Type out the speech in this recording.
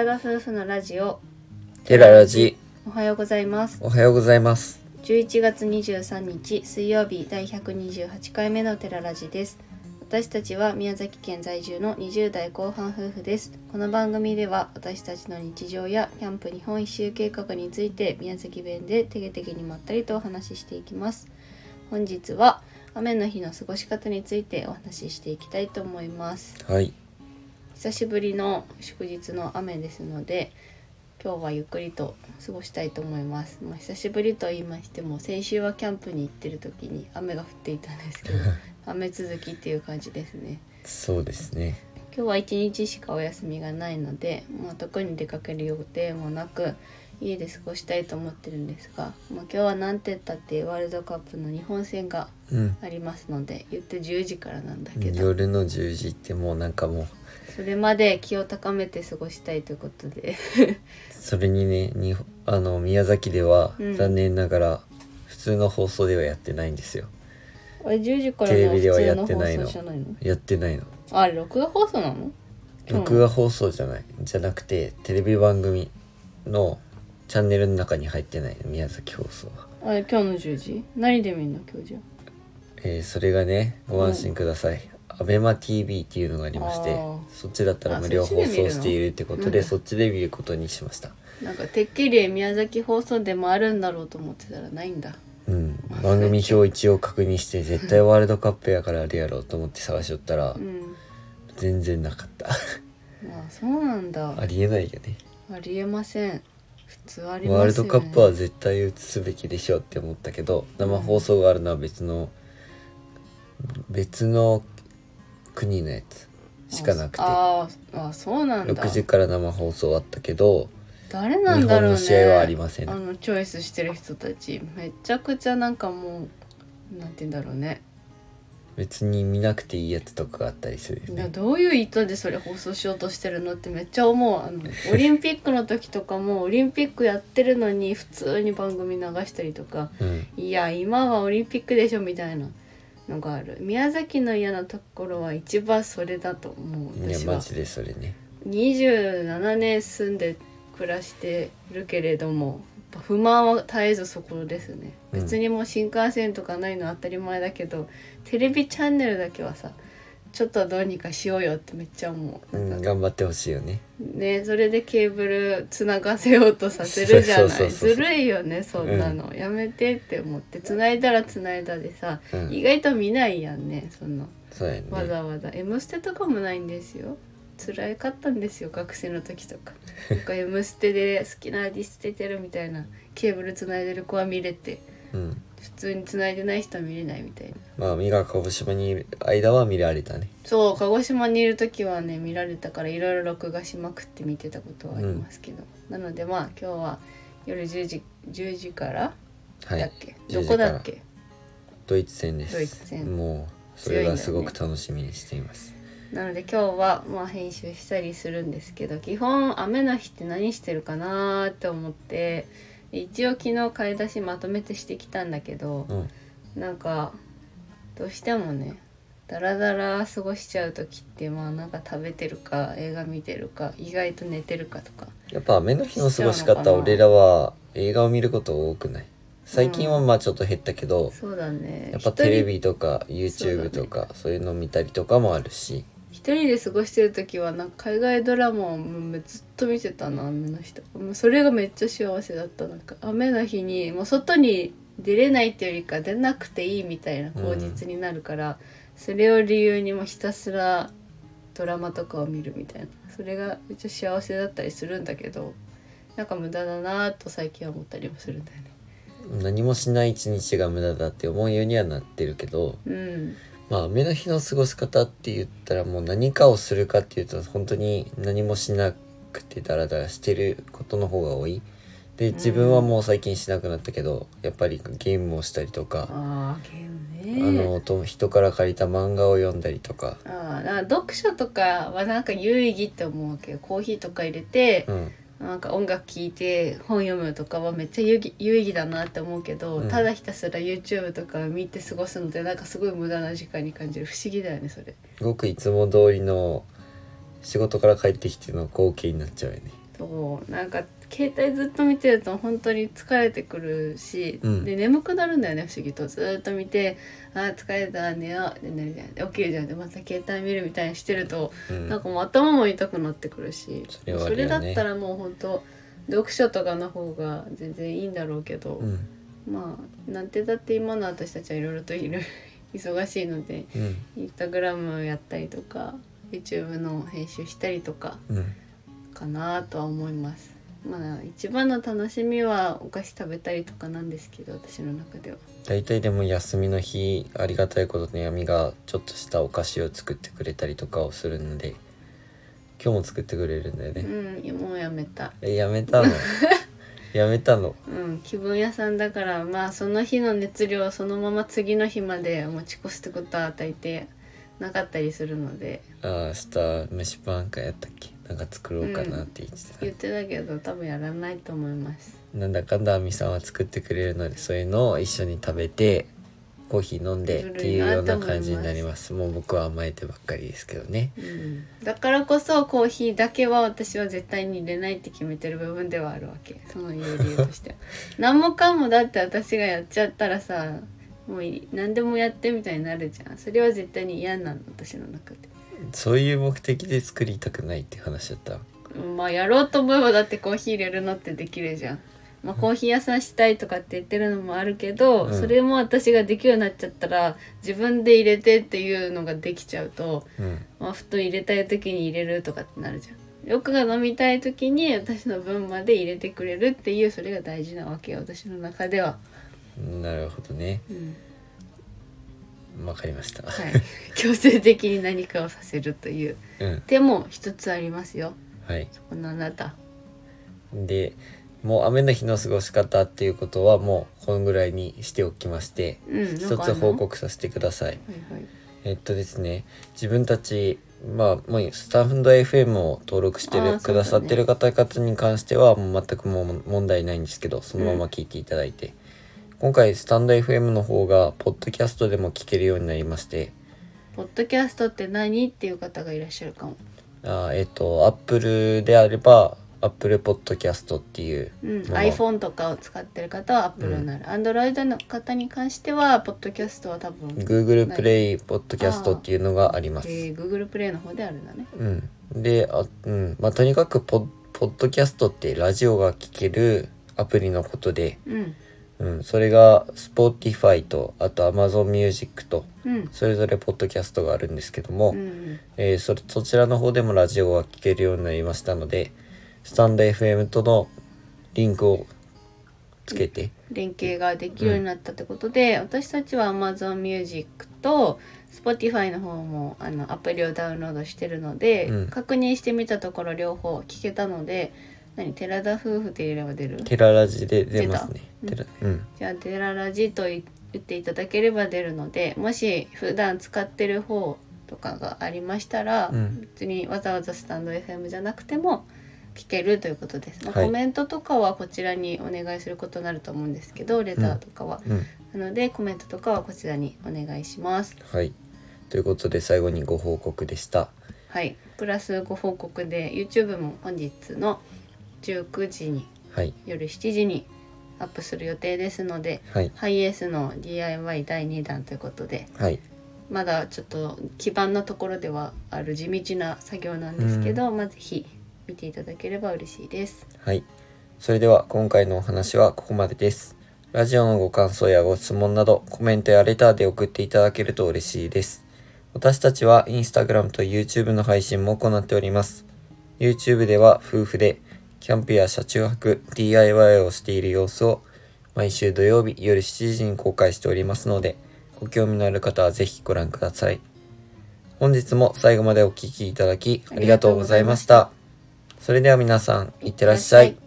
寺田夫婦のラジオテララジ。 おはようございます。 おはようございます。 11月23日水曜日第128回目のテララジです。私たちは宮崎県在住の20代後半夫婦です。この番組では私たちの日常やキャンプ日本一周計画について宮崎弁でてげてげにまったりとお話ししていきます。本日は雨の日の過ごし方についてお話ししていきたいと思います。 はい。 久しぶりの祝日の雨ですので、今日はゆっくりと過ごしたいと思います。久しぶりと言いましても、先週はキャンプに行ってる時に雨が降っていたんですけど雨続きっていう感じですね。 そうですね。 今日は1日しかお休みがないので、特に出かける予定もなく家で過ごしたいと思ってるんですが、今日はなんて言ったってワールドカップの日本戦がありますので、言って10時からなんだけど、 夜の10時ってもうなんかもうそれまで気を高めて過ごしたいということでそれにね、宮崎では残念ながら普通の放送ではやってないんですよ。 あれ10時からテレビではやのってないの。 普通の放送じゃないの？ やってないの。 あれ録画放送なの？ 録画放送じゃなくてテレビ番組のチャンネルの中に入ってないの、宮崎放送は。 あれ今日の10時？何で見んの今日じゃ？ それがね、ご安心ください。アベマ TV っていうのがありまして、そっちだったら無料放送しているってことで、そっちで見ることにしました。 なんかてっきり宮崎放送でもあるんだろうと思ってたらないんだ。 番組表一応確認して絶対ワールドカップやからあるやろうと思って探しよったら、全然なかったそうなんだ。 ありえないよね。 ありえません。普通ありますよね。 ワールドカップは絶対映すべきでしょって思ったけど、生放送があるのは別の国のやつしかなくて、 そうなんだ。 6時から生放送あったけど、 誰なんだろうね。 日本の試合はありません。 チョイスしてる人たちめちゃくちゃなんかもうなんて言うんだろうね。 別に見なくていいやつとかがあったりするよね。 どういう意図でそれ放送しようとしてるのってめっちゃ思う。オリンピックの時とかもオリンピックやってるのに普通に番組流したりとか、いや今はオリンピックでしょみたいなのがある。宮崎の嫌なところは一番それだと思う。私はマジでそれね。 27年住んで暮らしてるけれども、不満は絶えずそこですね。別にもう新幹線とかないのは当たり前だけど、テレビチャンネルだけはさ、ちょっとどうにかしようよってめっちゃ思う。 頑張ってほしいよね。 それでケーブルつながせようとさせるじゃない。ずるいよねそんなの、やめてって思って、つないだらつないだでさ、意外と見ないやんね。 そうやね、 わざわざ M ステとかもないんですよ。辛かったんですよ学生の時とか。なんか M ステで好きなアーティスト出てるみたいな、ケーブルつないでる子は見れて、普通につないでない人は見れないみたいな。 ミが鹿児島にいる間は見られたね。 そう、鹿児島にいる時はね見られたから、いろいろ録画しまくって見てたことはありますけど、なので今日は夜10時からだっけ、どこだっけ？ ドイツ戦です。 ドイツ戦。 もうそれがすごく楽しみにしています。 なので今日は編集したりするんですけど、基本雨の日って何してるかなって思って、一応昨日買い出しまとめてしてきたんだけど、なんかどうしてもねダラダラ過ごしちゃう時って、なんか食べてるか映画見てるか意外と寝てるかとか。 やっぱ雨の日の過ごし方、俺らは映画を見ること多くない？最近はちょっと減ったけど、 そうだね、 やっぱテレビとか YouTube とかそういうの見たりとかもあるし、 一人で過ごしてる時はなんか海外ドラマをずっと見てたな、雨の日とか。それがめっちゃ幸せだった。なんか雨の日にもう外に出れないっていうよりか出なくていいみたいな口実になるから、それを理由にひたすらドラマとかを見るみたいな、それがめっちゃ幸せだったりするんだけど、なんか無駄だなと最近は思ったりもするんだよね。 何もしない一日が無駄だって思うようにはなってるけど、雨の日の過ごし方って言ったら、もう何かをするかっていうと本当に何もしなくてダラダラしてることの方が多い。で、自分はもう最近しなくなったけど、やっぱりゲームをしたりとか、 ゲームね、 人から借りた漫画を読んだりとか。 読書とかはなんか有意義って思うわけよ。コーヒーとか入れて、なんか音楽聴いて本読むとかはめっちゃ有意義だなって思うけど、ただひたすら YouTube とか見て過ごすのってなんかすごい無駄な時間に感じる。不思議だよねそれ。 ごくいつも通りの仕事から帰ってきての光景になっちゃうよね。 そうなんか携帯ずっと見てると本当に疲れてくるし、で眠くなるんだよね、不思議と。ずっと見て、疲れた寝ようってなるじゃん、で起きるじゃん、でまた携帯見るみたいにしてると、なんかもう頭も痛くなってくるし、それだったらもう本当読書とかの方が全然いいんだろうけど、まあなんてだって今の私たちはいろいろと忙しいので、インスタグラムやったりとか YouTube の編集したりとかかなとは思います。まあ一番の楽しみはお菓子食べたりとかなんですけど、私の中では。 だいたいでも休みの日ありがたいことにあみがちょっとしたお菓子を作ってくれたりとかをするので、今日も作ってくれるんだよね。 もうやめた。 やめたのやめたの。 気分屋さんだから、まあその日の熱量をそのまま次の日まで持ち越すってことは大抵なかったりするので。 明日蒸しパンかやったっけ、なんか作ろうかなって言ってたけど多分やらないと思います。 なんだかんだあみさんは作ってくれるので、そういうのを一緒に食べてコーヒー飲んでっていうような感じになります。もう僕は甘えてばっかりですけどね、 だからこそコーヒーだけは私は絶対に入れないって決めてる部分ではあるわけ。そのいう理由としては何もかもだって私がやっちゃったらさ、もう何でもやってみたいになるじゃん。それは絶対に嫌なの、私の中で。 そういう目的で作りたくないっていう話だった。 まあやろうと思えばだってコーヒー入れるのってできるじゃん。まあ、コーヒー屋さんしたいとかって言ってるのもあるけど、それも私ができるようになっちゃったら自分で入れてっていうのができちゃうと、まあ、ふと入れたい時に入れるとかってなるじゃん。よくが飲みたい時に私の分まで入れてくれるっていう、それが大事なわけよ、私の中では。 なるほどね、わかりました、 強制的に何かをさせるという、手も一つありますよ。そこのあなたで、もう雨の日の過ごし方っていうことはもうこのぐらいにしておきまして、一つ報告させてください。ですね、自分たちもうスタンド FM を登録してくださってる方々に関してはもう全くもう問題ないんですけど、そのまま聞いていただいて、今回スタンド FM の方がポッドキャストでも聞けるようになりまして。 ポッドキャストって何っていう方がいらっしゃるかも。 Apple であればApple Podcast っていう、 iPhone とかを使ってる方は Apple になる、Android の方に関してはポッドキャストは多分 Google プレイポッドキャストっていうのがあります。 Google プレイの方であるんだね。 で、とにかくポッドキャストってラジオが聴けるアプリのことで、それが Spotify とあと Amazon Music とそれぞれポッドキャストがあるんですけども、そちらの方でもラジオが聴けるようになりましたので、スタンド FM とのリンクをつけて連携ができるようになったってことで、私たちは Amazon Music と Spotify の方もアプリをダウンロードしてるので、確認してみたところ両方聞けたので、寺田夫婦って入れれば出る？ 寺ラジで出ますね。 じゃあ寺ラジと言っていただければ出るので、もし普段使ってる方とかがありましたら、別にわざわざスタンド FM じゃなくても聞けるということです。コメントとかはこちらにお願いすることになると思うんですけど、レターとかは、なのでコメントとかはこちらにお願いします。 ということで最後にご報告でした。 プラスご報告で YouTube も本日の19時に、夜7時にアップする予定ですので、ハイエースの DIY 第2弾ということで、まだちょっと基盤のところではある地道な作業なんですけど、ぜひ見ていただければ嬉しいです。 それでは今回のお話はここまでです。ラジオのご感想やご質問などコメントやレターで送っていただけると嬉しいです。私たちは Instagram と YouTube の配信も行っております。YouTube では夫婦でキャンプや車中泊 DIY をしている様子を毎週土曜日夜7時に公開しておりますので、ご興味のある方はぜひご覧ください。本日も最後までお聞きいただきありがとうございました。それでは皆さんいってらっしゃい。